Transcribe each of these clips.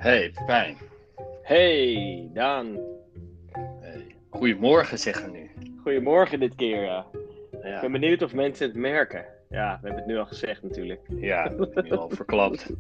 Hey, Pepijn. Hey, Daan. Hey. Goedemorgen zeggen we nu. Goedemorgen dit keer, ja. Ik ben Ja, benieuwd of mensen het merken. Ja, we hebben het nu al gezegd natuurlijk. ja, dat heb je al verklapt.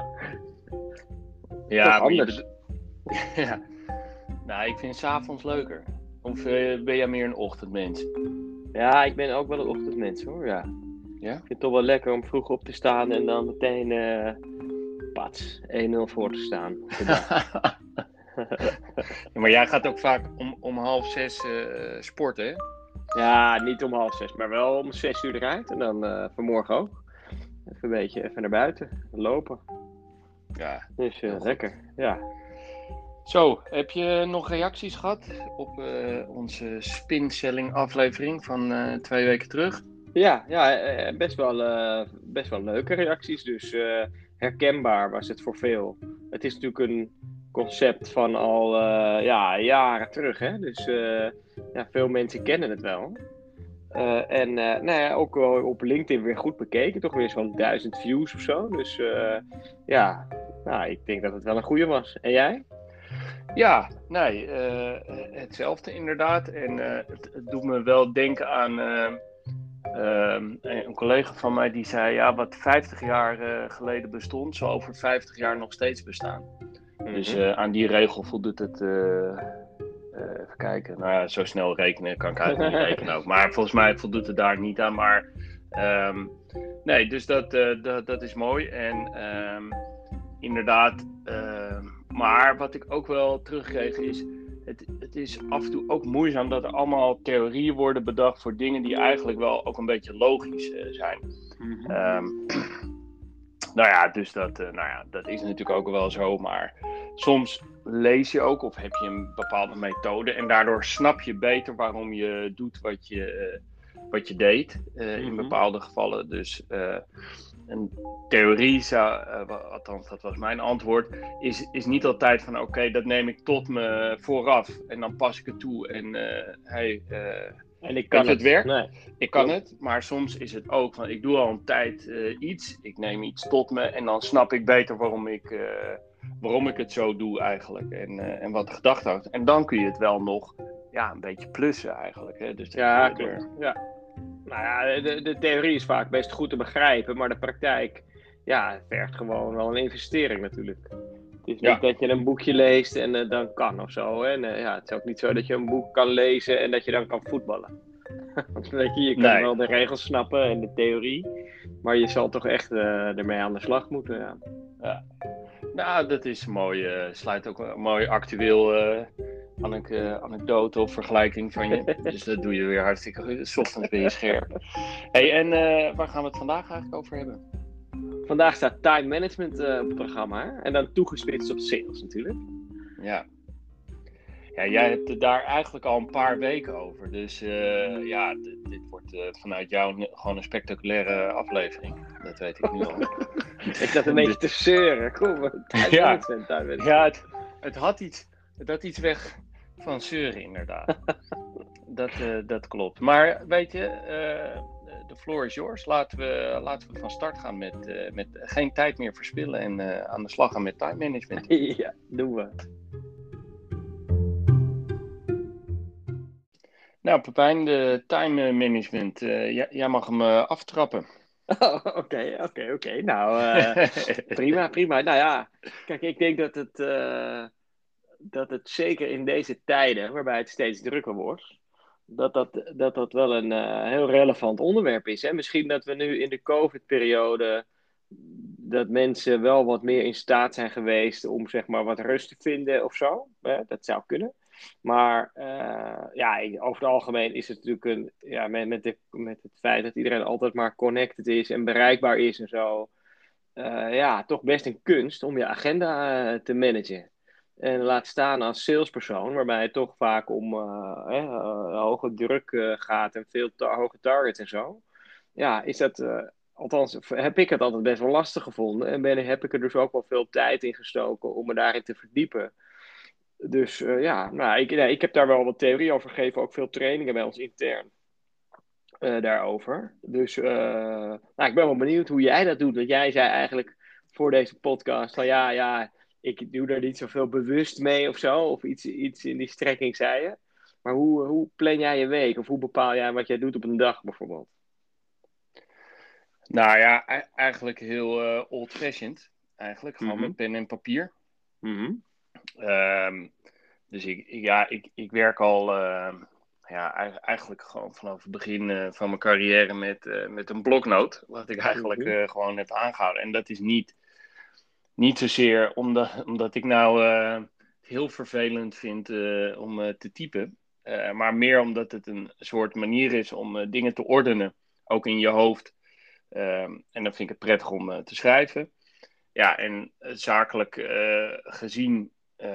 Ja, Toch maar anders. ja. Nou, ik vind 's avonds leuker. Of ben jij meer een ochtendmens? Ja, ik ben ook wel een ochtendmens hoor, ja. Ja? Ik vind het toch wel lekker om vroeg op te staan en dan meteen pats, 1-0 voor te staan op de dag. Ja, maar jij gaat ook vaak om 5:30 sporten, hè? Ja, niet om 5:30, maar wel om 6 uur eruit. En dan vanmorgen ook. Even naar buiten, lopen. Ja, Dus heel goed. lekker, ja. Zo, heb je nog reacties gehad op onze spinselling aflevering van 2 weken terug? Ja, best wel leuke reacties. Dus herkenbaar was het voor veel. Het is natuurlijk een concept van al jaren terug. Hè? Dus veel mensen kennen het wel. Nou ja, ook wel op LinkedIn weer goed bekeken. Toch weer zo'n 1000 views of zo. Dus ja, nou, ik denk dat het wel een goede was. En jij? Ja, nee, hetzelfde inderdaad. En het doet me wel denken aan een collega van mij die zei, ja, wat 50 jaar geleden bestond, zal over 50 jaar nog steeds bestaan. Dus aan die regel voldoet het, even kijken, nou ja, zo snel rekenen kan ik eigenlijk niet rekenen ook. Maar volgens mij voldoet het daar niet aan, maar nee, dus dat is mooi. En inderdaad, maar wat ik ook wel terugkreeg is, het is af en toe ook moeizaam dat er allemaal theorieën worden bedacht voor dingen die eigenlijk wel ook een beetje logisch zijn. Nou ja, dus dat is natuurlijk ook wel zo, maar soms lees je ook of heb je een bepaalde methode en daardoor snap je beter waarom je doet wat je deed in bepaalde gevallen. Dus een theorie zou, althans dat was mijn antwoord, is niet altijd van oké, dat neem ik tot me vooraf en dan pas ik het toe en En ik kan het werkt. Nee. Ik kan het, maar soms is het ook van ik doe al een tijd iets, ik neem iets tot me en dan snap ik beter waarom ik het zo doe eigenlijk en wat de gedachte houdt. En dan kun je het wel nog een beetje plussen eigenlijk. Hè? Dus Ja, klopt. Ja. Nou ja, de theorie is vaak best goed te begrijpen, maar de praktijk vergt gewoon wel een investering natuurlijk. Het is niet dat je een boekje leest en dan kan of zo. En het is ook niet zo dat je een boek kan lezen en dat je dan kan voetballen. Weet je kan wel de regels snappen en de theorie, maar je zal toch echt ermee aan de slag moeten. Ja. Nou, dat is mooi. Sluit ook een mooi actueel anekdote of vergelijking van je. Dus dat doe je weer hartstikke goed. 's Ochtends ben je scherp. Hey, en waar gaan we het vandaag eigenlijk over hebben? Vandaag staat time management op het programma. Hè? En dan toegespitst op sales natuurlijk. Ja. Ja, jij hebt het daar eigenlijk al een paar weken over. Dus dit wordt vanuit jou gewoon een spectaculaire aflevering. Dat weet ik nu al. Ik zat een beetje te zeuren. Kom, time management. Ja, het had iets weg van zeuren inderdaad. Dat klopt. Maar weet je, de floor is yours. Laten we van start gaan met geen tijd meer verspillen en aan de slag gaan met time management. Ja, doen we. Nou, Pepijn, de time management. Jij mag hem aftrappen. Oké. Nou, prima. Nou ja, kijk, ik denk dat het zeker in deze tijden, waarbij het steeds drukker wordt, dat wel een heel relevant onderwerp is. Hè? Misschien dat we nu in de COVID-periode, dat mensen wel wat meer in staat zijn geweest om zeg maar wat rust te vinden of zo. Hè? Dat zou kunnen. Maar over het algemeen is het natuurlijk met het feit dat iedereen altijd maar connected is en bereikbaar is en zo. Toch best een kunst om je agenda te managen. En laat staan als salespersoon, waarbij het toch vaak om hoge druk gaat en veel hoge targets en zo. Ja, is dat, althans heb ik het altijd best wel lastig gevonden. En heb ik er dus ook wel veel tijd in gestoken om me daarin te verdiepen. Dus ik heb daar wel wat theorie over gegeven, ook veel trainingen bij ons intern daarover. Dus ik ben wel benieuwd hoe jij dat doet. Want jij zei eigenlijk voor deze podcast van ik doe daar niet zoveel bewust mee of zo. Of iets in die strekking, zei je. Maar hoe plan jij je week? Of hoe bepaal jij wat jij doet op een dag bijvoorbeeld? Nou ja, eigenlijk heel old-fashioned. Eigenlijk, gewoon met Mhm, pen en papier. mhm, Ehm, dus ik werk al eigenlijk gewoon vanaf het begin van mijn carrière met een bloknoot. Wat ik eigenlijk mhm, gewoon heb aangehouden. En dat is niet zozeer omdat ik nou het heel vervelend vind om te typen. Maar meer omdat het een soort manier is om dingen te ordenen. Ook in je hoofd. En dan vind ik het prettig om te schrijven. Ja, en zakelijk gezien,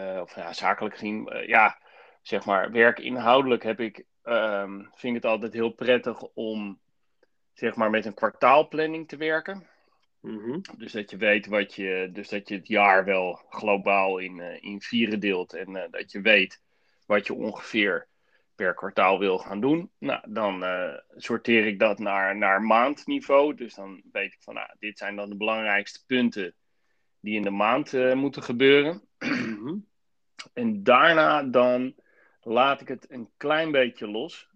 ja, zeg maar, werkinhoudelijk vind ik het altijd heel prettig om, zeg maar, met een kwartaalplanning te werken. mhm, Dus dat je weet dus dat je het jaar wel globaal in vieren deelt en dat je weet wat je ongeveer per kwartaal wil gaan doen. Nou, dan sorteer ik dat naar maandniveau. Dus dan weet ik van, nou, dit zijn dan de belangrijkste punten die in de maand moeten gebeuren. mhm. En daarna dan laat ik het een klein beetje los.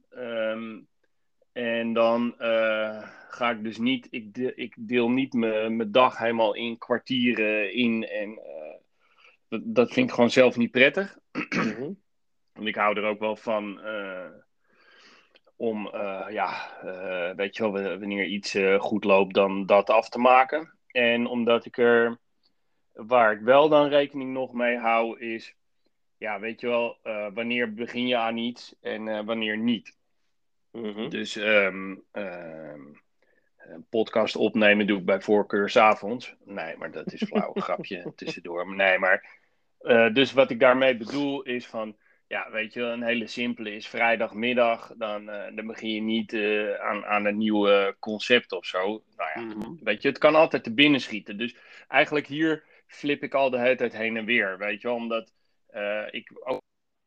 En dan ga ik dus niet, ik deel niet mijn dag helemaal in kwartieren in. En dat vind ik gewoon zelf niet prettig. Mhm. Want ik hou er ook wel van om, weet je wel, wanneer iets goed loopt, dan dat af te maken. En omdat waar ik wel dan rekening nog mee hou, is, ja, weet je wel, wanneer begin je aan iets en wanneer niet. Mhm. Dus een podcast opnemen doe ik bij voorkeur 's avonds. Nee, maar dat is flauw, een grapje tussendoor. Maar nee, maar dus wat ik daarmee bedoel is van, ja, weet je wel, een hele simpele is vrijdagmiddag. Dan begin je niet aan een nieuw concept of zo. Nou ja, Mhm. weet je, het kan altijd te binnen schieten. Dus eigenlijk hier flip ik al de hele tijd heen en weer, weet je wel. Omdat ik ook,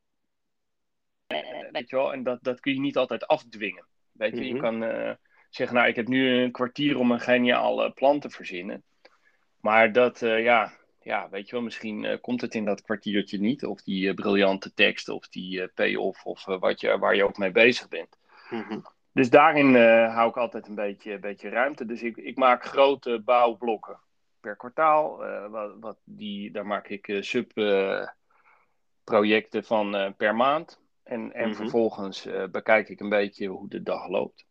weet je wel, en dat kun je niet altijd afdwingen. Weet je Mhm. kan zeggen, nou, ik heb nu een kwartier om een geniaal plan te verzinnen. Maar ja, weet je wel, misschien komt het in dat kwartiertje niet. Of die briljante tekst, of die payoff, of waar je ook mee bezig bent. Mhm. Dus daarin hou ik altijd een beetje ruimte. Dus ik maak grote bouwblokken per kwartaal. Daar maak ik subprojecten van per maand. En Mhm. vervolgens bekijk ik een beetje hoe de dag loopt.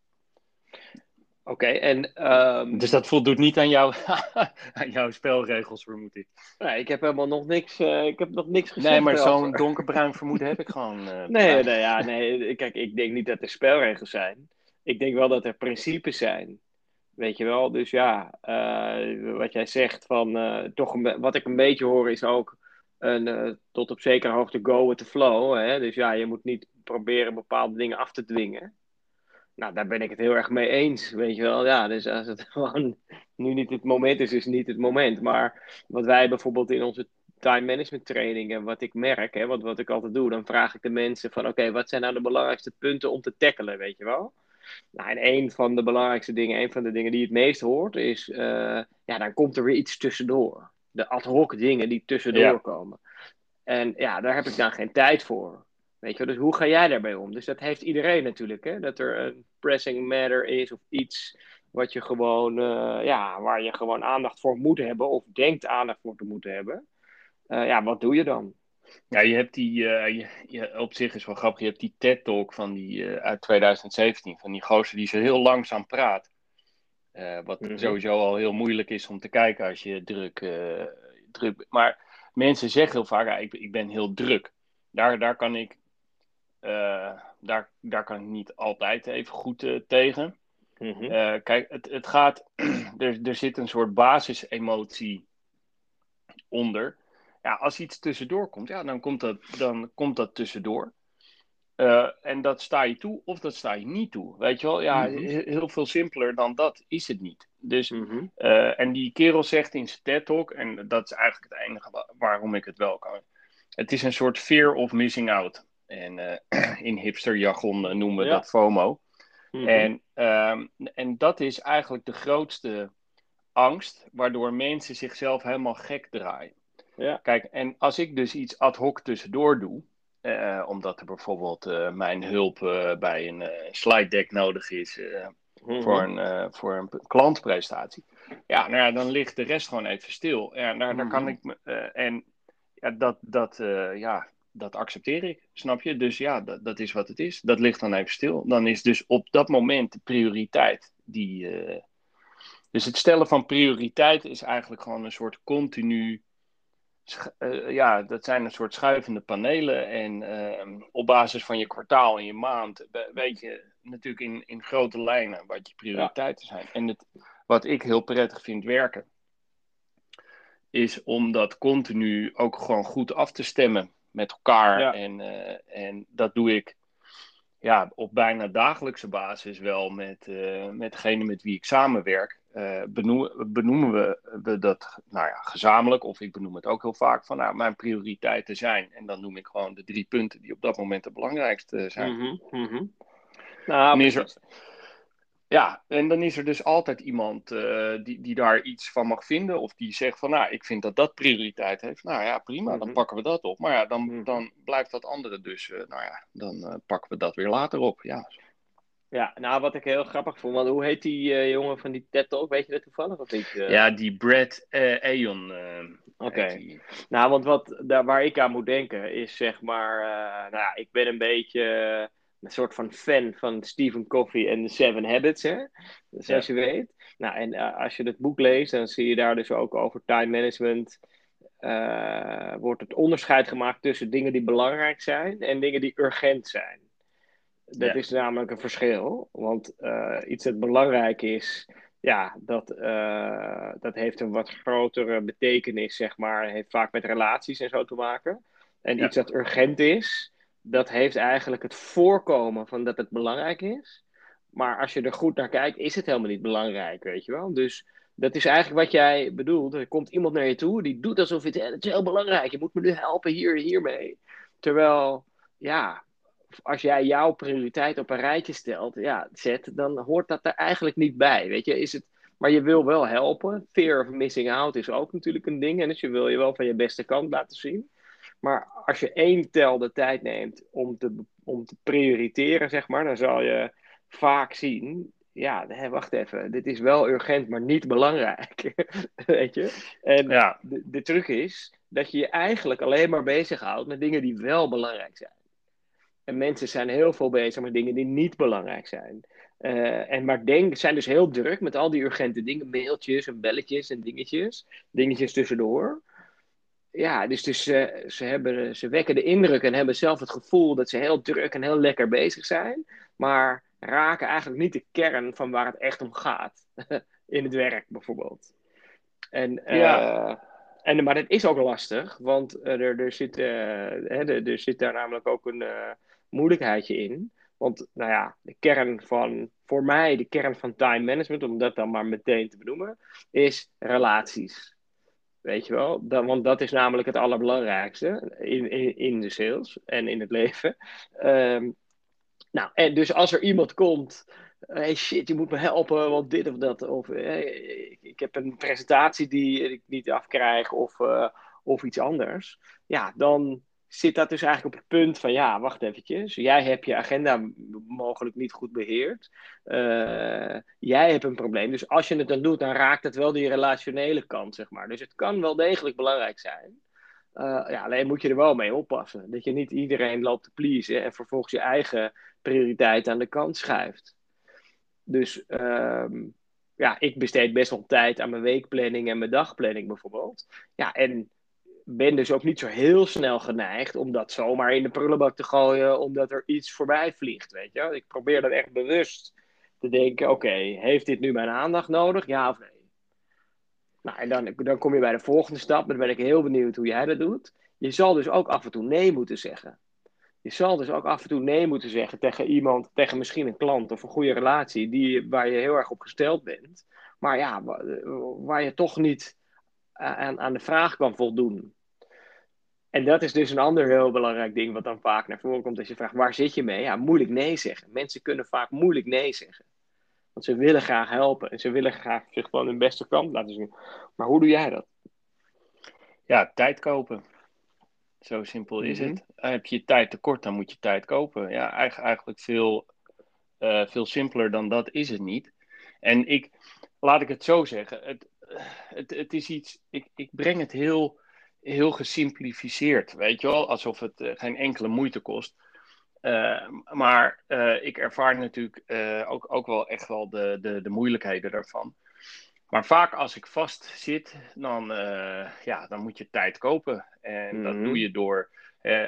Oké, en Dus dat voldoet niet aan aan jouw spelregels, vermoed ik. nee, ik heb helemaal nog niks, ik heb nog niks Nee, gezegd maar zo'n erover. donkerbruin vermoeden heb ik gewoon, Nee, Brian. nee, ja, nee. Kijk, ik denk niet dat er spelregels zijn. Ik denk wel dat er principes zijn. Weet je wel? Dus ja, wat jij zegt van toch wat ik een beetje hoor is ook tot op zekere hoogte go with the flow. Hè? Dus ja, je moet niet proberen bepaalde dingen af te dwingen. Nou, daar ben ik het heel erg mee eens, weet je wel. Ja, dus als het gewoon nu niet het moment is, is het niet het moment. Maar wat wij bijvoorbeeld in onze time management trainingen, wat ik merk, hè, wat ik altijd doe, dan vraag ik de mensen van, oké, wat zijn nou de belangrijkste punten om te tackelen, weet je wel? Nou, en een van de belangrijkste dingen, een van de dingen die je het meest hoort, is, ja, dan komt er weer iets tussendoor. De ad hoc dingen die tussendoor Ja, komen. En ja, daar heb ik dan geen tijd voor. Weet je wel, dus hoe ga jij daarbij om? Dus dat heeft iedereen natuurlijk, hè? Dat er een pressing matter is of iets wat je gewoon, ja, waar je gewoon aandacht voor moet hebben of denkt aandacht voor te moeten hebben. Ja, wat doe je dan? ja, je hebt op zich is wel grappig, je hebt die TED-talk uit 2017, van die gozer die zo heel langzaam praat. Wat Mhm, sowieso al heel moeilijk is om te kijken als je druk bent. Maar mensen zeggen heel vaak, ja, ik ben heel druk. Daar kan ik, daar kan ik niet altijd even goed tegen. mhm, Kijk, het gaat, er zit een soort basisemotie onder. Ja, als iets tussendoor komt, ja, dan komt dat tussendoor. En dat sta je toe of dat sta je niet toe. Weet je wel, ja, mhm, heel veel simpeler dan dat is het niet. Dus, mhm, en die kerel zegt in zijn TED-talk, en dat is eigenlijk het enige waarom ik het wel kan. Het is een soort fear of missing out. En in hipsterjargon noemen we ja, dat FOMO. mhm, En dat is eigenlijk de grootste angst, waardoor mensen zichzelf helemaal gek draaien. Ja. Kijk, en als ik dus iets ad hoc tussendoor doe, omdat er bijvoorbeeld mijn hulp bij een slide deck nodig is Mhm. voor een klantpresentatie. Ja, nou ja, dan ligt de rest gewoon even stil. Ja, daar kan Mhm. ik en ja, ja, dat accepteer ik, snap je? Dus ja, dat is wat het is. Dat ligt dan even stil. Dan is dus op dat moment de prioriteit dus het stellen van prioriteit is eigenlijk gewoon een soort continu ja, dat zijn een soort schuivende panelen. En op basis van je kwartaal en je maand weet je natuurlijk in grote lijnen wat je Ja. prioriteiten zijn. En wat ik heel prettig vind werken, is om dat continu ook gewoon goed af te stemmen met elkaar. Ja. En dat doe ik ja, op bijna dagelijkse basis wel met degene met wie ik samenwerk. Benoemen we dat nou ja, gezamenlijk, of ik benoem het ook heel vaak van nou, mijn prioriteiten zijn. En dan noem ik gewoon de 3 punten die op dat moment het belangrijkste zijn. Mhm. Mhm. Nou, En is er, precies. ja, en dan is er dus altijd iemand die daar iets van mag vinden, of die zegt van nou, ik vind dat dat prioriteit heeft. Nou ja, prima, dan Mhm. pakken we dat op. Maar ja, Mhm. dan blijft dat andere dus, nou ja, dan pakken we dat weer later op. Ja, Ja, nou, wat ik heel grappig vond, want hoe heet die jongen van die TED Talk? Weet je dat toevallig of niet? ja, die Brad Aeon heet Oké. die. Nou, want waar ik aan moet denken is zeg maar, nou ja, ik ben een beetje een soort van fan van Stephen Covey en de Seven Habits, hè? Zoals Ja, je weet. Nou, en als je het boek leest, dan zie je daar dus ook over time management. Wordt het onderscheid gemaakt tussen dingen die belangrijk zijn en dingen die urgent zijn. Dat ja, is namelijk een verschil. Want iets dat belangrijk is, ja, dat heeft een wat grotere betekenis, zeg maar. Heeft vaak met relaties en zo te maken. En ja, iets dat urgent is, dat heeft eigenlijk het voorkomen van dat het belangrijk is. Maar als je er goed naar kijkt, is het helemaal niet belangrijk, weet je wel. Dus dat is eigenlijk wat jij bedoelt. Er komt iemand naar je toe, die doet alsof het is heel belangrijk. Je moet me nu helpen hiermee. Terwijl, ja, als jij jouw prioriteit op een rijtje stelt, ja, dan hoort dat er eigenlijk niet bij. Weet je, maar je wil wel helpen. Fear of missing out is ook natuurlijk een ding. En dus je wil je wel van je beste kant laten zien. Maar als je één tel de tijd neemt om te prioriteren, zeg maar, dan zal je vaak zien. Ja, wacht even. Dit is wel urgent, maar niet belangrijk. Weet je? En ja, de truc is dat je je eigenlijk alleen maar bezighoudt met dingen die wel belangrijk zijn. En mensen zijn heel veel bezig met dingen die niet belangrijk zijn. Maar zijn dus heel druk met al die urgente dingen, mailtjes en belletjes en dingetjes tussendoor. Ja, dus ze wekken de indruk en hebben zelf het gevoel dat ze heel druk en heel lekker bezig zijn, maar raken eigenlijk niet de kern van waar het echt om gaat. In het werk bijvoorbeeld. En, ja, maar dat is ook lastig, want er zit daar namelijk ook een moeilijkheidje in. Want, nou ja, voor mij, de kern van time management, om dat dan maar meteen te benoemen, is relaties. Weet je wel? Want dat is namelijk het allerbelangrijkste in de sales en in het leven. Nou, en dus als er iemand komt, hey shit, je moet me helpen, want dit of dat. Of hey, ik heb een presentatie die ik niet afkrijg, of iets anders. Ja, dan zit dat dus eigenlijk op het punt van, ja, wacht eventjes. Jij hebt je agenda mogelijk niet goed beheerd. Jij hebt een probleem. Dus als je het dan doet, dan raakt het wel die relationele kant, zeg maar. Dus het kan wel degelijk belangrijk zijn. Ja, alleen moet je er wel mee oppassen. Dat je niet iedereen loopt te pleasen en vervolgens je eigen prioriteit aan de kant schuift. Dus ja, ik besteed best wel tijd aan mijn weekplanning en mijn dagplanning bijvoorbeeld. Ja, en ben dus ook niet zo heel snel geneigd om dat zomaar in de prullenbak te gooien, omdat er iets voorbij vliegt, weet je. Ik probeer dan echt bewust te denken, oké, heeft dit nu mijn aandacht nodig, ja of nee? Nou, en dan kom je bij de volgende stap, dan ben ik heel benieuwd hoe jij dat doet. Je zal dus ook af en toe nee moeten zeggen. Je zal dus ook af en toe nee moeten zeggen tegen iemand, tegen misschien een klant of een goede relatie waar je heel erg op gesteld bent. Maar ja, waar je toch niet aan de vraag kan voldoen. En dat is dus een ander heel belangrijk ding wat dan vaak naar voren komt als je vraagt waar zit je mee? Ja, moeilijk nee zeggen. Mensen kunnen vaak moeilijk nee zeggen. Want ze willen graag helpen en ze willen graag zich van hun beste kant laten zien. Maar hoe doe jij dat? Ja, tijd kopen. Zo simpel is Mhm. het. Heb je tijd tekort, dan moet je tijd kopen. Ja, eigenlijk veel simpeler dan dat is het niet. En laat ik het zo zeggen, het is iets, ik breng het heel gesimplificeerd, weet je wel, alsof het geen enkele moeite kost. Maar ik ervaar natuurlijk ook wel echt wel de moeilijkheden daarvan. Maar vaak als ik vast zit, dan moet je tijd kopen. En dat doe Mhm. je door. eh,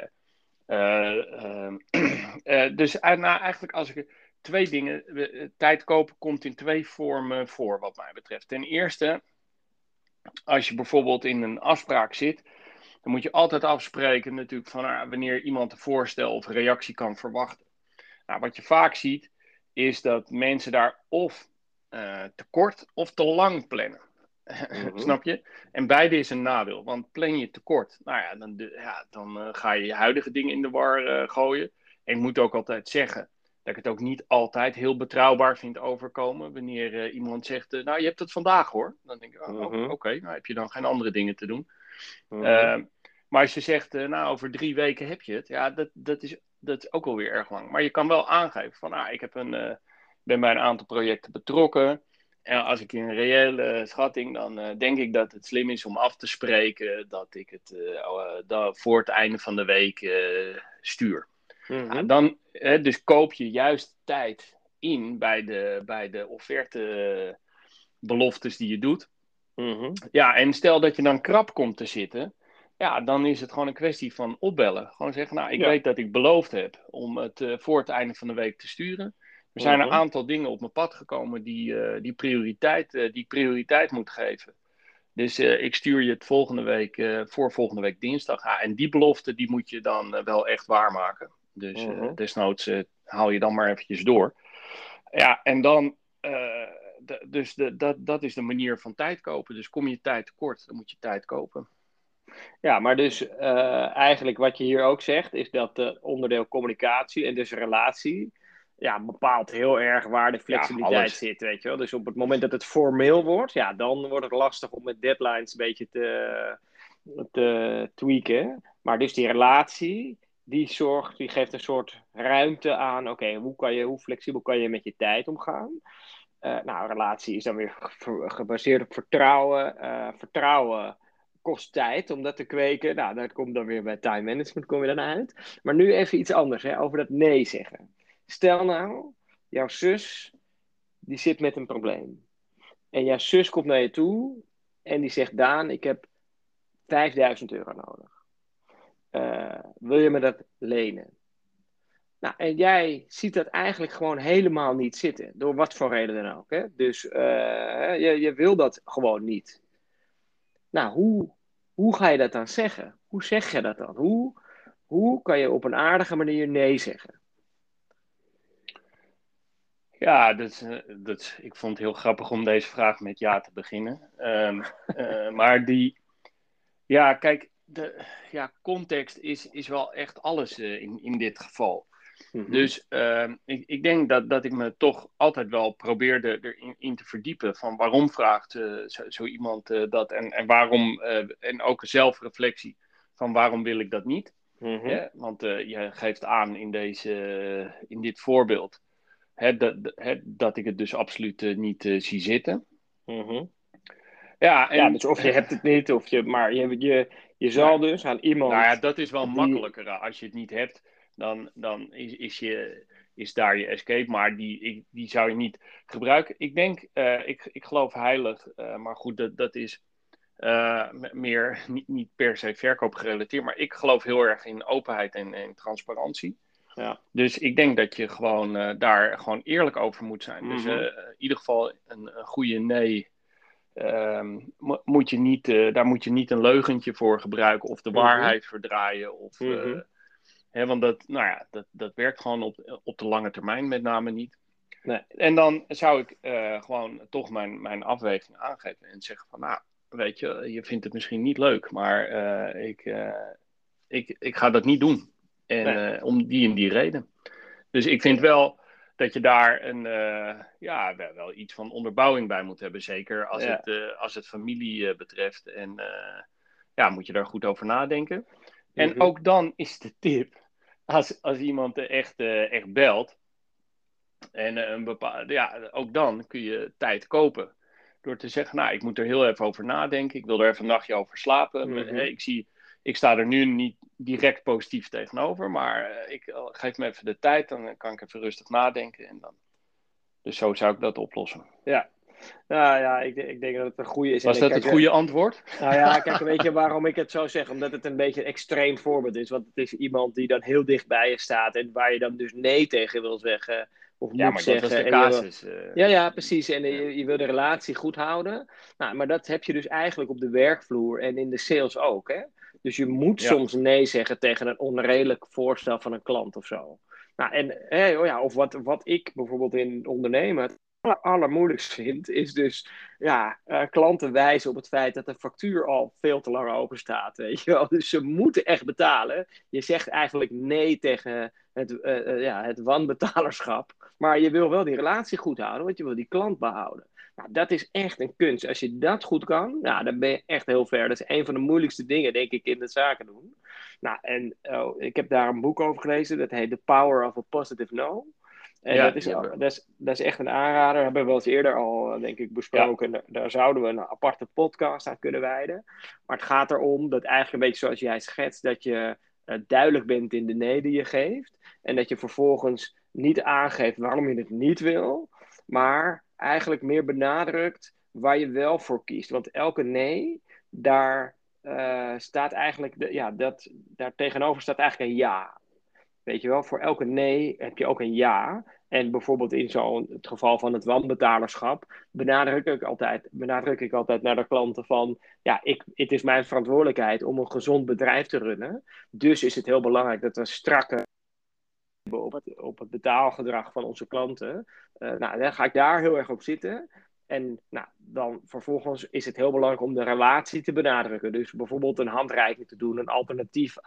dus nou, eigenlijk als ik twee dingen. Tijd kopen komt in twee vormen voor, wat mij betreft. Ten eerste, als je bijvoorbeeld in een afspraak zit, dan moet je altijd afspreken natuurlijk van wanneer iemand een voorstel of reactie kan verwachten. Nou, wat je vaak ziet, is dat mensen daar of te kort of te lang plannen. Mhm. Snap je? En beide is een nadeel. Want plan je tekort, nou ja, dan ga je je huidige dingen in de war gooien. En ik moet ook altijd zeggen dat ik het ook niet altijd heel betrouwbaar vind overkomen. Wanneer iemand zegt, nou je hebt het vandaag hoor. Dan denk ik, oh, Mhm. oké, nou heb je dan geen andere dingen te doen. Mhm. Uh, maar als je zegt, nou over 3 weken heb je het. Ja, dat is ook wel weer erg lang. Maar je kan wel aangeven van, ik ben bij een aantal projecten betrokken. En als ik in een reële schatting, dan denk ik dat het slim is om af te spreken dat ik het voor het einde van de week stuur. Nou, Mhm. dus koop je juist tijd in bij de offerte beloftes die je doet. Mhm. Ja, en stel dat je dan krap komt te zitten. Ja, dan is het gewoon een kwestie van opbellen. Gewoon zeggen, nou, ik Ja. weet dat ik beloofd heb om het voor het einde van de week te sturen. Er zijn een Mhm. aantal dingen op mijn pad gekomen die ik prioriteit moet geven. Dus ik stuur je het voor volgende week dinsdag. Ja, en die belofte die moet je dan wel echt waarmaken. Dus Mhm. desnoods haal je dan maar eventjes door. Ja, en dan, dat is de manier van tijd kopen. Dus kom je tijd tekort, dan moet je tijd kopen. Ja, maar dus eigenlijk wat je hier ook zegt, is dat onderdeel communicatie en dus relatie, ja, bepaalt heel erg waar de Ja, flexibiliteit alles. zit, weet je wel. Dus op het moment dat het formeel wordt, ja, dan wordt het lastig om met deadlines een beetje te tweaken. Maar dus die relatie, die geeft een soort ruimte aan, oké, hoe flexibel kan je met je tijd omgaan? Nou, een relatie is dan weer gebaseerd op vertrouwen. Vertrouwen kost tijd om dat te kweken. Nou, dat komt dan weer bij time management kom je dan uit. Maar nu even iets anders, hè, over dat nee zeggen. Stel nou, jouw zus, die zit met een probleem. En jouw zus komt naar je toe en die zegt, Daan, ik heb 5.000 euro nodig. Wil je me dat lenen? Nou, en jij ziet dat eigenlijk gewoon helemaal niet zitten. Door wat voor reden dan ook. Hè? Dus je wil dat gewoon niet. Nou, hoe ga je dat dan zeggen? Hoe zeg je dat dan? Hoe kan je op een aardige manier nee zeggen? Ja, ik vond het heel grappig om deze vraag met ja te beginnen. Maar ja, kijk, context is wel echt alles in dit geval. Mhm. Dus ik denk dat ik me toch altijd wel probeerde erin in te verdiepen van waarom vraagt zo iemand dat en waarom, en ook een zelfreflectie van waarom wil ik dat niet. Mhm. Hè? Want je geeft aan in dit voorbeeld dat ik het dus absoluut niet zie zitten. Mhm. Ja, Ja, en dus of je hebt het niet, maar je nee. zal dus aan Nou ja, iemand dat is wel die. makkelijker. Als je het niet hebt, dan is daar je escape. Maar die zou je niet gebruiken. Ik denk, ik geloof heilig. Maar goed, dat is meer niet per se verkoop gerelateerd. Maar ik geloof heel erg in openheid en transparantie. Ja. Dus ik denk dat je gewoon daar gewoon eerlijk over moet zijn. Dus Mhm. in ieder geval een goede nee. Moet je niet, daar moet je niet een leugentje voor gebruiken of de Mhm. waarheid verdraaien. Mhm. Want dat werkt gewoon op de lange termijn met name niet. Nee. En dan zou ik gewoon toch mijn afweging aangeven en zeggen van, nou, weet je vindt het misschien niet leuk, maar ik ga dat niet doen. En Nee. om die en die reden. Dus ik vind wel dat je daar wel iets van onderbouwing bij moet hebben. Zeker Ja. als het familie betreft. En ja, moet je daar goed over nadenken. En Mhm. ook dan is de tip, als iemand echt belt, en ja, ook dan kun je tijd kopen. Door te zeggen, nou, ik moet er heel even over nadenken. Ik wil er even een nachtje over slapen. Mhm. Ik sta er nu niet direct positief tegenover. Maar geef me even de tijd. Dan kan ik even rustig nadenken. Dus zo zou ik dat oplossen. Ja, nou ja, ik denk dat het een goede is. En Was ik dat het kijk, goede antwoord? nou ja, kijk, weet je waarom ik het zo zeg? Omdat het een beetje een extreem voorbeeld is. Want het is iemand die dan heel dicht bij je staat en waar je dan dus nee tegen wil zeggen of Ja, moet maar dat was zeggen. de En je wil, casus. ja, ja, precies. En Ja. je wil de relatie goed houden. Nou, maar dat heb je dus eigenlijk op de werkvloer en in de sales ook, hè? Dus je moet Ja. soms nee zeggen tegen een onredelijk voorstel van een klant of zo. Nou, en, oh ja, of wat ik bijvoorbeeld in ondernemen het allermoeilijkst vind, is dus ja, klanten wijzen op het feit dat de factuur al veel te lang open staat. Weet je wel? Dus ze moeten echt betalen. Je zegt eigenlijk nee tegen het wanbetalerschap. Maar je wil wel die relatie goed houden, want je wil die klant behouden. Nou, dat is echt een kunst. Als je dat goed kan, nou, dan ben je echt heel ver. Dat is een van de moeilijkste dingen, denk ik, in het zaken doen. Nou, en ik heb daar een boek over gelezen. Dat heet The Power of a Positive No. En Ja, dat is echt een aanrader. Dat hebben we wel eens eerder al, denk ik, ja, besproken. Daar zouden we een aparte podcast aan kunnen wijden. Maar het gaat erom dat eigenlijk een beetje zoals jij schetst, dat je duidelijk bent in de nee die je geeft. En dat je vervolgens niet aangeeft waarom je het niet wil. Maar eigenlijk meer benadrukt waar je wel voor kiest. Want elke nee, daar staat eigenlijk, daar tegenover staat eigenlijk een ja. Weet je wel, voor elke nee heb je ook een ja. En bijvoorbeeld in het geval van het wanbetalerschap benadruk ik altijd naar de klanten van, ja, het is mijn verantwoordelijkheid om een gezond bedrijf te runnen. Dus is het heel belangrijk dat we strak op het betaalgedrag van onze klanten. Nou, dan ga ik daar heel erg op zitten. En nou, dan vervolgens is het heel belangrijk om de relatie te benadrukken. Dus bijvoorbeeld een handreiking te doen, een alternatief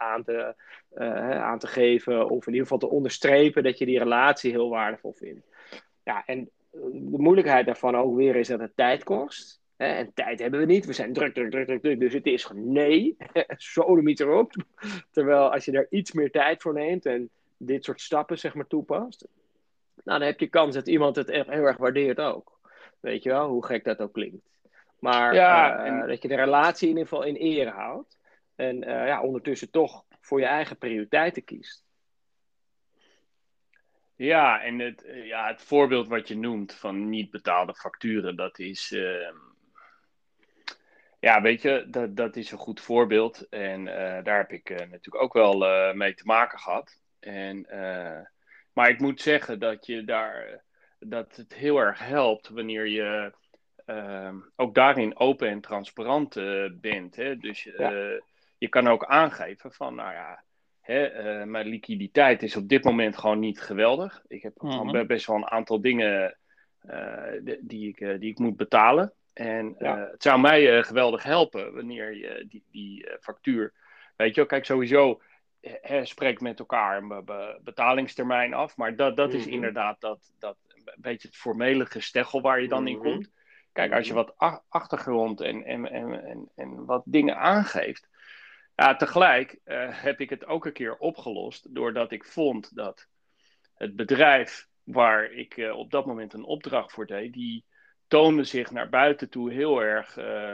aan te geven. Of in ieder geval te onderstrepen dat je die relatie heel waardevol vindt. Ja, en de moeilijkheid daarvan ook weer is dat het tijd kost. En tijd hebben we niet. We zijn druk, druk, druk, druk, druk. Dus het is gewoon nee. Sodemiet erop. Terwijl als je daar iets meer tijd voor neemt en dit soort stappen zeg maar toepast, nou dan heb je kans dat iemand het echt heel erg waardeert ook. Weet je wel, hoe gek dat ook klinkt. Maar ja, en dat je de relatie in ieder geval in ere houdt. En ja, ondertussen toch voor je eigen prioriteiten kiest. Ja, en het voorbeeld wat je noemt van niet betaalde facturen, dat is, ja, weet je, dat is een goed voorbeeld. En daar heb ik natuurlijk ook wel mee te maken gehad. Maar ik moet zeggen dat het heel erg helpt wanneer je ook daarin open en transparant bent. Hè? Dus Ja. je kan ook aangeven van, nou ja, hè, mijn liquiditeit is op dit moment gewoon niet geweldig. Ik heb gewoon Mhm. best wel een aantal dingen die ik moet betalen. En Ja. het zou mij geweldig helpen wanneer je die factuur. Weet je wel, kijk, sowieso spreek met elkaar een betalingstermijn af. Maar dat is Mhm. inderdaad dat een beetje het formele gesteggel waar je dan in Mhm. komt. Kijk, als je Mhm. wat achtergrond en wat dingen aangeeft. Ja, tegelijk heb ik het ook een keer opgelost doordat ik vond dat het bedrijf waar ik op dat moment een opdracht voor deed, die toonde zich naar buiten toe heel erg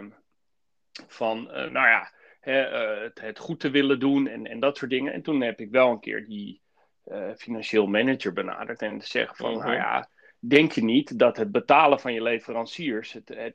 van, nou ja, het goed te willen doen en dat soort dingen. En toen heb ik wel een keer die financieel manager benaderd en te zeggen van, nou Mhm. ja, denk je niet dat het betalen van je leveranciers,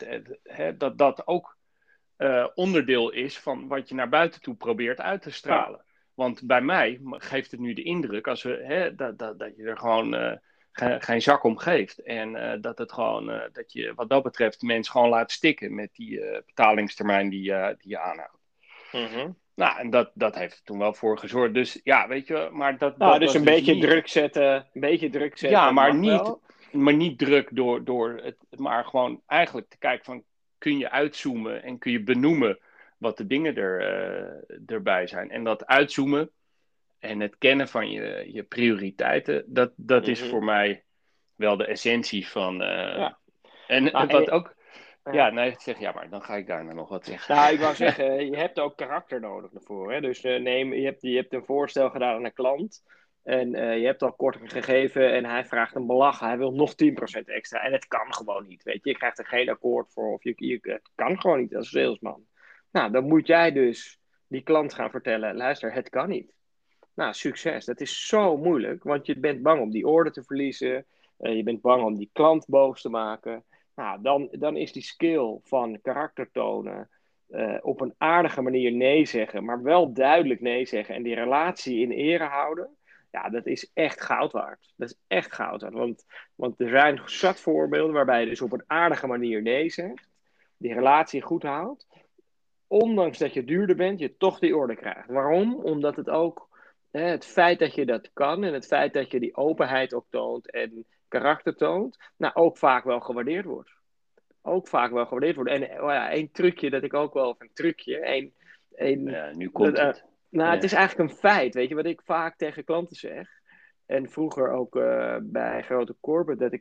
dat ook onderdeel is van wat je naar buiten toe probeert uit te Ja. stralen? Want bij mij geeft het nu de indruk dat je er gewoon geen zak om geeft. En dat je wat dat betreft mensen gewoon laat stikken met die betalingstermijn die je aanhoudt. Mhm. Nou, en dat heeft er toen wel voor gezorgd. Dus ja, weet je, maar Nou, dat dus was een dus beetje niet. druk zetten. Een beetje druk Ja, zetten mag niet, wel. maar niet druk door het. Maar gewoon eigenlijk te kijken van. Kun je uitzoomen en kun je benoemen wat de dingen erbij zijn. En dat uitzoomen en het kennen van je prioriteiten, dat is Mhm. voor mij wel de essentie van. Ja. Nou, En en, wat ook. Ja, nee, zeg ja maar. Dan ga ik daarna nog wat zeggen. Nou, ik wou zeggen, je hebt ook karakter nodig ervoor. Hè? Dus je hebt een voorstel gedaan aan een klant. En je hebt al korting gegeven en hij vraagt een belag. Hij wil nog 10% extra. En het kan gewoon niet, weet je. Je krijgt er geen akkoord voor. Of het kan gewoon niet als salesman. Nou, dan moet jij dus die klant gaan vertellen. Luister, het kan niet. Nou, succes. Dat is zo moeilijk. Want je bent bang om die order te verliezen. Je bent bang om die klant boos te maken. Nou, dan is die skill van karakter tonen, op een aardige manier nee zeggen, maar wel duidelijk nee zeggen en die relatie in ere houden. Ja, dat is echt goud waard. Dat is echt goud waard. Want er zijn zat voorbeelden waarbij je dus op een aardige manier nee zegt, die relatie goed houdt, ondanks dat je duurder bent, je toch die orde krijgt. Waarom? Omdat het ook, het feit dat je dat kan en het feit dat je die openheid ook toont en karakter toont, nou ook vaak wel gewaardeerd wordt. Ook vaak wel gewaardeerd wordt. En één trucje dat ik ook wel, of een trucje, Ja, nu komt het. Nou, het is eigenlijk een feit, weet je, wat ik vaak tegen klanten zeg. En vroeger ook bij grote corporate,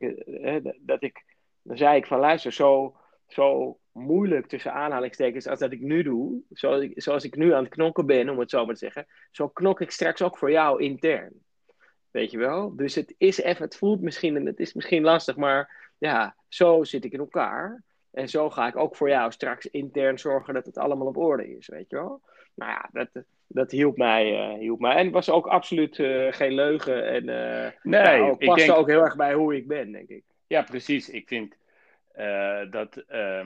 dan zei ik van luister, zo moeilijk tussen aanhalingstekens als dat ik nu doe, zoals ik nu aan het knokken ben, om het zo maar te zeggen, zo knok ik straks ook voor jou intern. Weet je wel? Dus het voelt misschien, en het is misschien lastig, maar ja, zo zit ik in elkaar. En zo ga ik ook voor jou straks intern zorgen dat het allemaal op orde is, weet je wel? Nou ja, dat hielp mij. En het was ook absoluut geen leugen. En Nee, ik paste denk... ook heel erg bij hoe ik ben, denk ik. Ja, precies. Ik vind dat...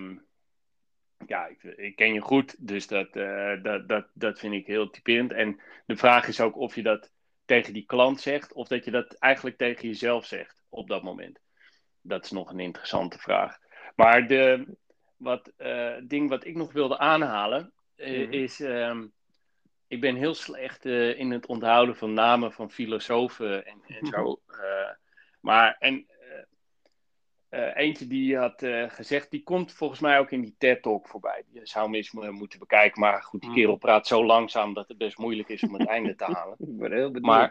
ja, ik ken je goed, dus dat vind ik heel typerend. En de vraag is ook of je dat tegen die klant zegt, of dat je dat eigenlijk tegen jezelf zegt op dat moment. Dat is nog een interessante vraag. Maar ding wat ik nog wilde aanhalen, is... ik ben heel slecht in het onthouden van namen van filosofen en zo. Eentje die had gezegd, die komt volgens mij ook in die TED-talk voorbij. Je zou hem eens moeten bekijken, maar goed, die kerel praat zo langzaam dat het best moeilijk is om het einde te halen. Ik ben heel benieuwd.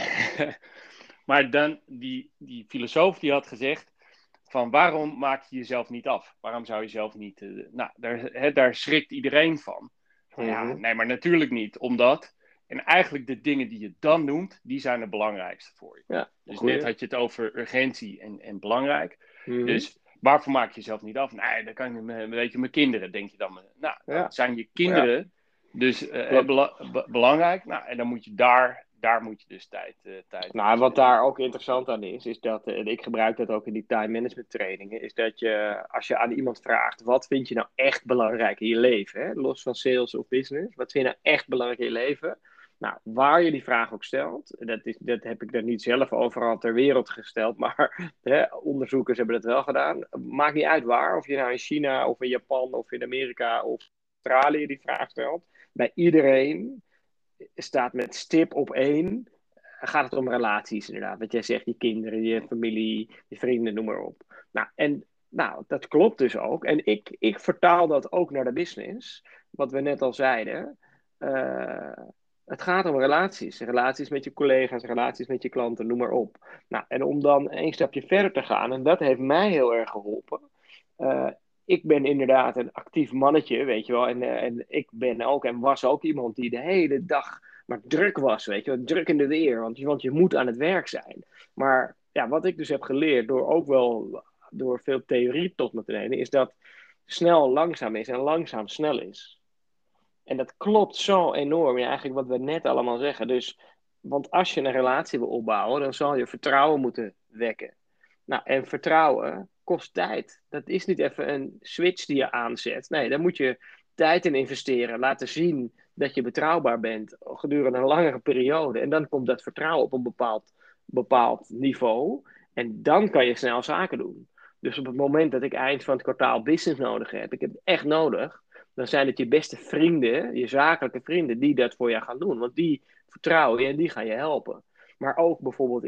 Maar dan, die filosoof die had gezegd, van waarom maak je jezelf niet af? Waarom zou je zelf niet... daar schrikt iedereen van. Ja, nee, maar natuurlijk niet, omdat... En eigenlijk de dingen die je dan noemt, die zijn het belangrijkste voor je. Ja, dus net had je het over urgentie en belangrijk. Mm-hmm. Dus waarvoor maak je jezelf niet af? Nee, dan kan je, weet je, mijn kinderen, denk je dan. Nou, dan zijn je kinderen dus belangrijk. Nou, en dan moet je daar moet je dus tijd nou, wat daar ook interessant aan is dat, en ik gebruik dat ook in die time management trainingen, is dat je, als je aan iemand vraagt, wat vind je nou echt belangrijk in je leven, hè? Los van sales of business, wat vind je nou echt belangrijk in je leven? Nou, waar je die vraag ook stelt, dat heb ik dan niet zelf overal ter wereld gesteld, maar onderzoekers hebben dat wel gedaan. Maakt niet uit waar, of je nou in China of in Japan of in Amerika of Australië die vraag stelt. Bij iedereen staat met stip op 1, gaat het om relaties inderdaad. Wat jij zegt, je kinderen, je familie, je vrienden, noem maar op. Nou, dat klopt dus ook. En ik vertaal dat ook naar de business. Wat we net al zeiden. Het gaat om relaties. Relaties met je collega's, relaties met je klanten, noem maar op. Nou, en om dan een stapje verder te gaan, en dat heeft mij heel erg geholpen. Ik ben inderdaad een actief mannetje, weet je wel. En ik ben ook en was ook iemand die de hele dag maar druk was, weet je wel. Druk in de weer, want je moet aan het werk zijn. Maar ja, wat ik dus heb geleerd, door veel theorie tot me te nemen, is dat snel langzaam is en langzaam snel is. En dat klopt zo enorm, ja, eigenlijk wat we net allemaal zeggen. Dus, want als je een relatie wil opbouwen, dan zal je vertrouwen moeten wekken. Nou, en vertrouwen kost tijd. Dat is niet even een switch die je aanzet. Nee, daar moet je tijd in investeren. Laten zien dat je betrouwbaar bent gedurende een langere periode. En dan komt dat vertrouwen op een bepaald niveau. En dan kan je snel zaken doen. Dus op het moment dat ik eind van het kwartaal business nodig heb, ik heb het echt nodig, dan zijn het je beste vrienden, je zakelijke vrienden, die dat voor je gaan doen. Want die vertrouwen je en die gaan je helpen. Maar ook bijvoorbeeld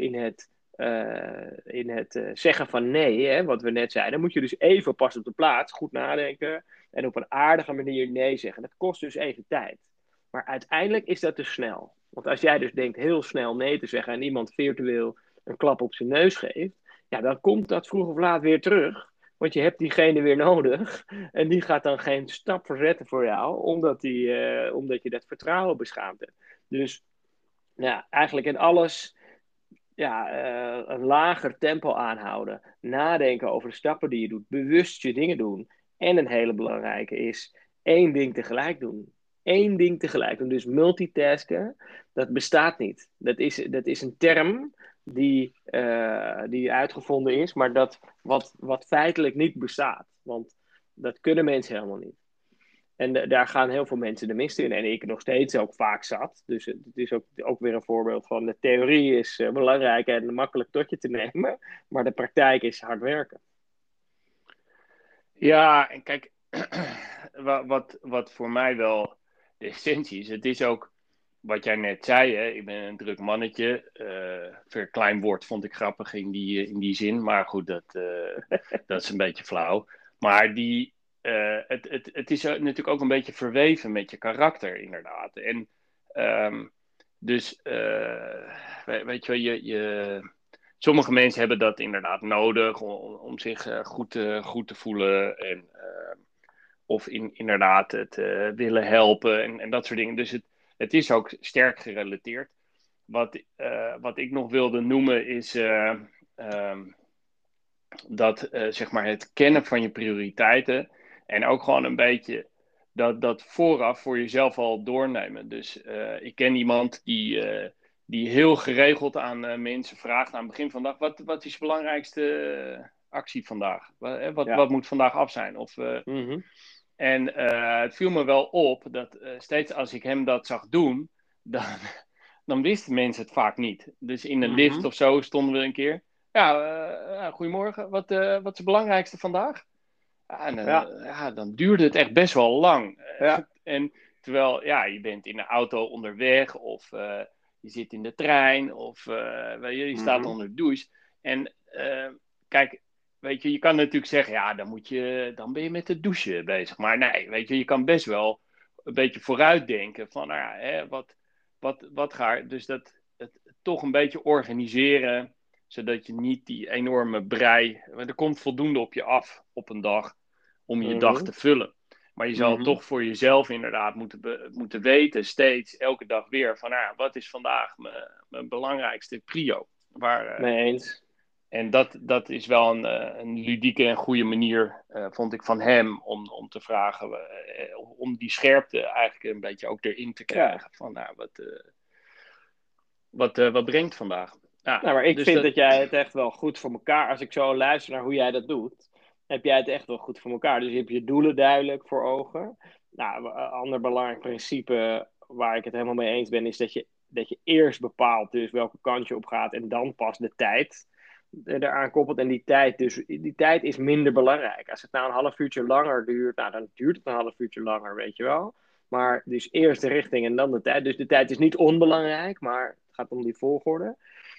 in het zeggen van nee, hè, wat we net zeiden, moet je dus even pas op de plaats, goed nadenken en op een aardige manier nee zeggen. Dat kost dus even tijd. Maar uiteindelijk is dat te snel. Want als jij dus denkt heel snel nee te zeggen en iemand virtueel een klap op zijn neus geeft, ja, dan komt dat vroeg of laat weer terug. Want je hebt diegene weer nodig. En die gaat dan geen stap verzetten voor jou, omdat je dat vertrouwen beschaamd hebt. Dus ja, eigenlijk in alles een lager tempo aanhouden. Nadenken over de stappen die je doet. Bewust je dingen doen. En een hele belangrijke is één ding tegelijk doen. Eén ding tegelijk doen. Dus multitasken, dat bestaat niet. Dat is een term die uitgevonden is, maar wat feitelijk niet bestaat. Want dat kunnen mensen helemaal niet. En daar gaan heel veel mensen de mist in. En ik nog steeds ook vaak zat. Dus het is ook weer een voorbeeld van de theorie is belangrijk en makkelijk tot je te nemen. Maar de praktijk is hard werken. Ja, en kijk, wat voor mij wel de essentie is, het is ook wat jij net zei, hè? Ik ben een druk mannetje. Verkleinwoord vond ik grappig in die zin, maar goed, dat is een beetje flauw. Maar het is natuurlijk ook een beetje verweven met je karakter, inderdaad. En dus, weet je wel, sommige mensen hebben dat inderdaad nodig om zich goed te voelen. Of inderdaad het willen helpen en dat soort dingen. Dus het is ook sterk gerelateerd. Wat ik nog wilde noemen is dat zeg maar het kennen van je prioriteiten. En ook gewoon een beetje dat vooraf voor jezelf al doornemen. Dus ik ken iemand die heel geregeld aan mensen vraagt aan het begin van de dag: wat is je belangrijkste actie vandaag? Wat moet vandaag af zijn? En het viel me wel op dat steeds als ik hem dat zag doen, dan wisten mensen het vaak niet. Dus in een lift of zo stonden we een keer. Ja, goedemorgen. Wat is het belangrijkste vandaag? Dan duurde het echt best wel lang. En terwijl, je bent in de auto onderweg of je zit in de trein of je staat onder de douche. En kijk, weet je kan natuurlijk zeggen, dan ben je met het douchen bezig. Maar nee, weet je kan best wel een beetje vooruitdenken van, wat ga je... Dus dat het toch een beetje organiseren, zodat je niet die enorme brei... Er komt voldoende op je af op een dag om je dag te vullen. Maar je zal toch voor jezelf inderdaad moeten weten, steeds, elke dag weer, van wat is vandaag mijn belangrijkste prio? Mee eens. En dat is wel een ludieke en goede manier, vond ik, van hem om te vragen, om die scherpte eigenlijk een beetje ook erin te krijgen. Van wat brengt vandaag? Maar ik vind dat jij het echt wel goed voor elkaar, als ik zo luister naar hoe jij dat doet, heb jij het echt wel goed voor elkaar. Dus je hebt je doelen duidelijk voor ogen. Nou, een ander belangrijk principe waar ik het helemaal mee eens ben, is dat je eerst bepaalt dus welke kant je op gaat en dan pas de tijd eraan koppelt. En die tijd is minder belangrijk. Als het nou een half uurtje langer duurt, dan duurt het een half uurtje langer, weet je wel. Maar dus eerst de richting en dan de tijd. Dus de tijd is niet onbelangrijk, maar het gaat om die volgorde.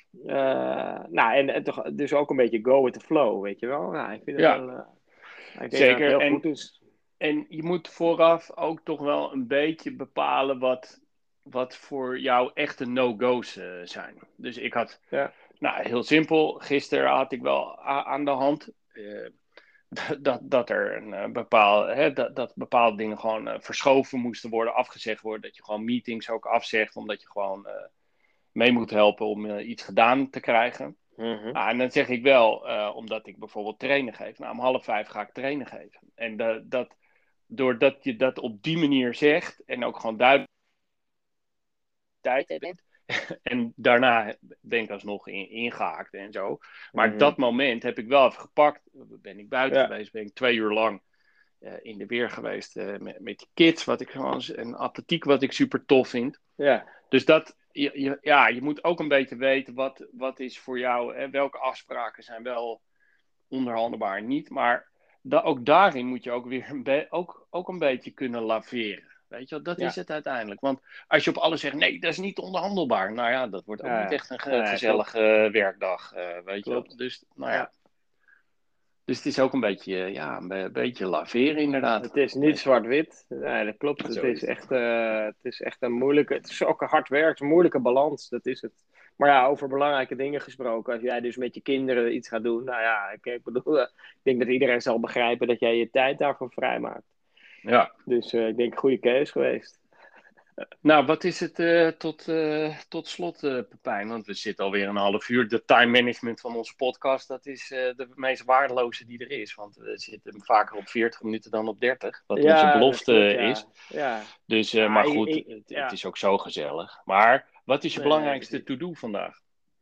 En toch, dus ook een beetje go with the flow, weet je wel. Nou, ik vind het wel... ik denk zeker. Dat het heel goed is. En je moet vooraf ook toch wel een beetje bepalen wat voor jou echte no-go's zijn. Dus ik had... heel simpel. Gisteren had ik wel aan de hand dat er een dat bepaalde dingen gewoon verschoven moesten worden, afgezegd worden. Dat je gewoon meetings ook afzegt, omdat je gewoon mee moet helpen om iets gedaan te krijgen. En dan zeg ik wel, omdat ik bijvoorbeeld trainen geef. Om 4:30 ga ik trainen geven. En doordat je dat op die manier zegt en ook gewoon duidelijk tijd hebt. En daarna ben ik alsnog ingehaakt en zo. Maar dat moment heb ik wel even gepakt. Ben ik buiten geweest, ben ik 2 uur lang in de weer geweest met die kids. En atletiek wat ik super tof vind. Dus je moet ook een beetje weten wat is voor jou. Welke afspraken zijn wel onderhandelbaar en niet. Maar ook daarin moet je ook weer ook een beetje kunnen laveren. Weet je, dat is het uiteindelijk. Want als je op alles zegt, nee, dat is niet onderhandelbaar. Nou ja, dat wordt ook niet echt een gezellige werkdag. Weet je. Dus, Dus het is ook een beetje laveren inderdaad. Het is niet zwart-wit. Nee, dat klopt. Het is echt een moeilijke... Het is ook een hard werk, een moeilijke balans. Dat is het. Maar ja, over belangrijke dingen gesproken. Als jij dus met je kinderen iets gaat doen. Nou ja, ik bedoel, ik denk dat iedereen zal begrijpen dat jij je tijd daarvoor vrijmaakt. Ja. Dus ik denk een goede keus geweest. Nou, wat is het tot slot, Pepijn? Want we zitten alweer een half uur. De time management van onze podcast, dat is de meest waardeloze die er is. Want we zitten vaker op 40 minuten dan op 30. Wat onze belofte is. Ja. Dus, maar goed, het is ook zo gezellig. Maar wat is je belangrijkste to-do vandaag?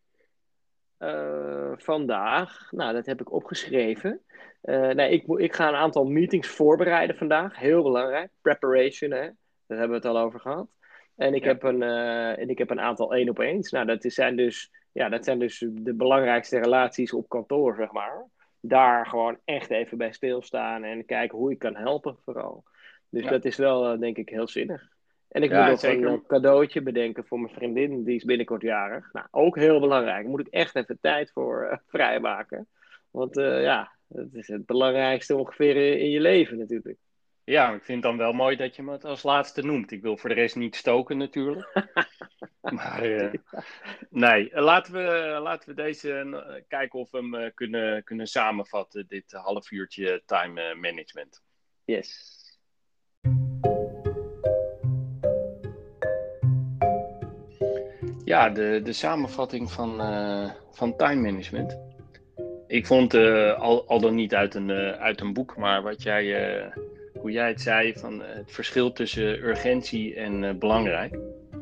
Vandaag, nou, dat heb ik opgeschreven. Ik ga een aantal meetings voorbereiden vandaag. Heel belangrijk. Preparation, hè. Daar hebben we het al over gehad. En ik heb een aantal 1-op-1's. Nou, dat zijn dus de belangrijkste relaties op kantoor, zeg maar. Daar gewoon echt even bij stilstaan en kijken hoe ik kan helpen, vooral. Dus dat is wel, denk ik, heel zinnig. En ik moet nog een cadeautje bedenken voor mijn vriendin. Die is binnenkort jarig. Nou, ook heel belangrijk. Daar moet ik echt even tijd voor vrijmaken. Want dat is het belangrijkste ongeveer in je leven natuurlijk. Ja, ik vind het dan wel mooi dat je me het als laatste noemt. Ik wil voor de rest niet stoken natuurlijk. Maar nee, laten we deze kijken of we hem kunnen samenvatten. Dit half uurtje time management. Yes. Ja, de samenvatting van time management. Ik vond, al dan niet uit een boek, maar hoe jij het zei, van het verschil tussen urgentie en belangrijk.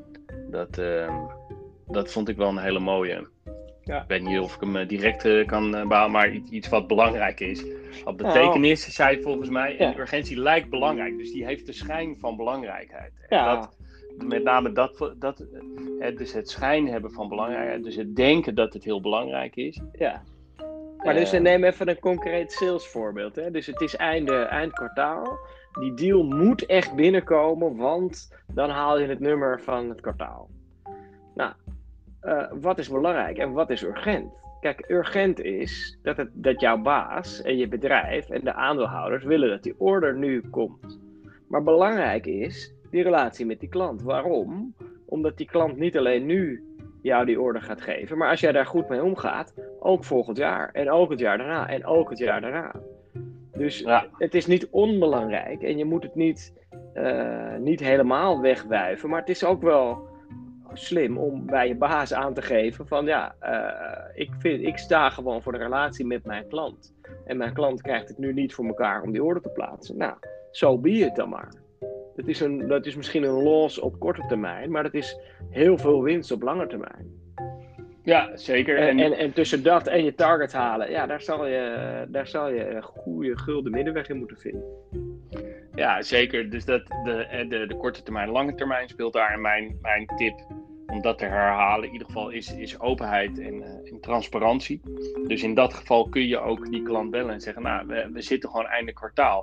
Dat vond ik wel een hele mooie. Ja. Ik weet niet of ik hem direct kan behalen, maar iets wat belangrijk is. Wat betekenis, zei volgens mij, en urgentie lijkt belangrijk. Dus die heeft de schijn van belangrijkheid. Ja. Met name dus het schijn hebben van belangrijkheid. Dus het denken dat het heel belangrijk is. Ja. Maar dus neem even een concreet salesvoorbeeld. Hè? Dus het is eind kwartaal. Die deal moet echt binnenkomen, want dan haal je het nummer van het kwartaal. Nou, wat is belangrijk en wat is urgent? Kijk, urgent is dat jouw baas en je bedrijf en de aandeelhouders willen dat die order nu komt. Maar belangrijk is die relatie met die klant. Waarom? Omdat die klant niet alleen nu jou die order gaat geven, maar als jij daar goed mee omgaat, ook volgend jaar en ook het jaar daarna en ook het jaar daarna. Dus het is niet onbelangrijk en je moet het niet helemaal wegwuiven, maar het is ook wel slim om bij je baas aan te geven van ik sta gewoon voor de relatie met mijn klant. En mijn klant krijgt het nu niet voor elkaar om die order te plaatsen. Nou, so be it dan maar. Dat is misschien een loss op korte termijn, maar dat is heel veel winst op lange termijn. Ja, zeker. En tussen dat en je target halen, ja, daar zal je een goede gulden middenweg in moeten vinden. Ja, zeker. Dus de korte termijn, lange termijn speelt daar. En mijn tip om dat te herhalen in ieder geval is openheid en transparantie. Dus in dat geval kun je ook die klant bellen en zeggen, nou, we zitten gewoon einde kwartaal.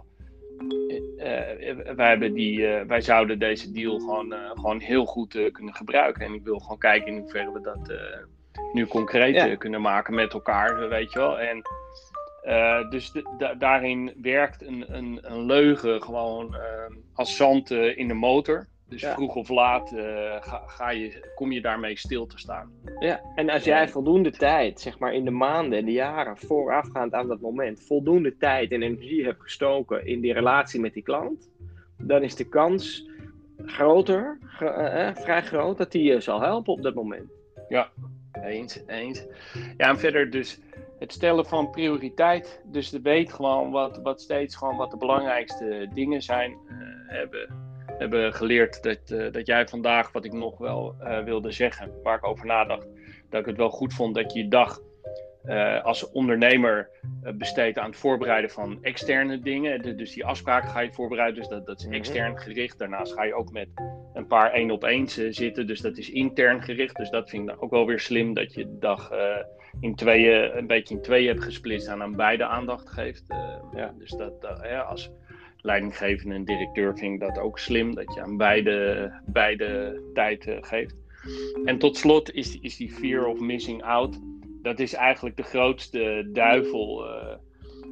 Wij zouden deze deal gewoon heel goed kunnen gebruiken. En ik wil gewoon kijken in hoeverre we dat nu concreet kunnen maken met elkaar, weet je wel. En dus daarin werkt een leugen gewoon als zand in de motor. Dus vroeg of laat kom je daarmee stil te staan. Ja, en als jij voldoende tijd, zeg maar in de maanden en de jaren voorafgaand aan dat moment, voldoende tijd en energie hebt gestoken in die relatie met die klant, dan is de kans groter, vrij groot, dat die je zal helpen op dat moment. Ja, eens. Ja, en verder dus het stellen van prioriteit. Dus weet gewoon wat steeds gewoon wat de belangrijkste dingen zijn. Hebben geleerd dat jij vandaag, wat ik nog wel wilde zeggen, waar ik over nadacht, dat ik het wel goed vond dat je je dag als ondernemer besteedt aan het voorbereiden van externe dingen. Dus die afspraken ga je voorbereiden, dus dat is extern gericht. Daarnaast ga je ook met een paar 1-op-1's zitten, dus dat is intern gericht. Dus dat vind ik ook wel weer slim, dat je de dag een beetje in tweeën hebt gesplitst en aan beide aandacht geeft. Dus als leidinggevende en directeur vind ik dat ook slim, dat je aan beide tijd geeft. En tot slot is die fear of missing out, dat is eigenlijk de grootste duivel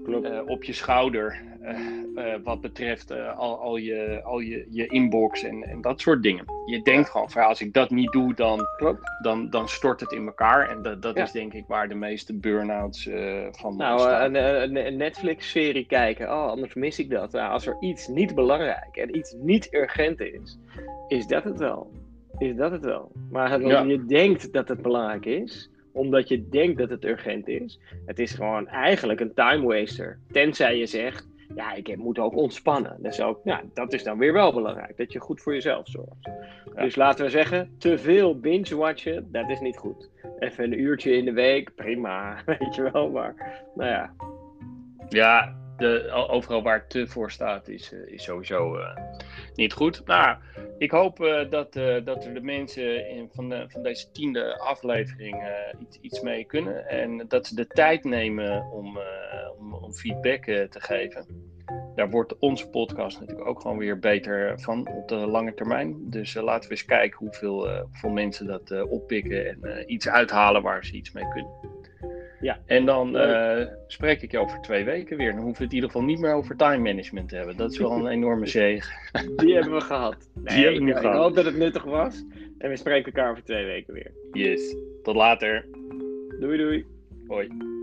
Klopt. op je schouder. Wat betreft al je inbox en dat soort dingen. Je denkt gewoon van als ik dat niet doe, dan stort het in elkaar. En dat is denk ik waar de meeste burn-outs van ontstaan. Een Netflix-serie kijken. Oh, anders mis ik dat. Nou, als er iets niet belangrijk en iets niet urgent is dat het wel. Maar je denkt dat het belangrijk is, omdat je denkt dat het urgent is. Het is gewoon eigenlijk een time waster. Tenzij je zegt, ja, ik moet ook ontspannen. Dat is dan weer wel belangrijk. Dat je goed voor jezelf zorgt. Ja. Dus laten we zeggen, te veel binge-watchen, dat is niet goed. Even een uurtje in de week, prima. Weet je wel, maar nou ja. Ja, overal waar te voor staat is sowieso niet goed. Nou, ik hoop dat de mensen van deze 10e aflevering iets mee kunnen. En dat ze de tijd nemen om feedback te geven. Daar wordt onze podcast natuurlijk ook gewoon weer beter van op de lange termijn. Dus laten we eens kijken hoeveel mensen dat oppikken en iets uithalen waar ze iets mee kunnen. Ja. En dan spreek ik je over 2 weken weer. Dan hoeven we het in ieder geval niet meer over time management te hebben. Dat is wel een enorme zege. Die hebben we gehad. Ik hoop dat het nuttig was. En we spreken elkaar over 2 weken weer. Yes. Tot later. Doei. Hoi.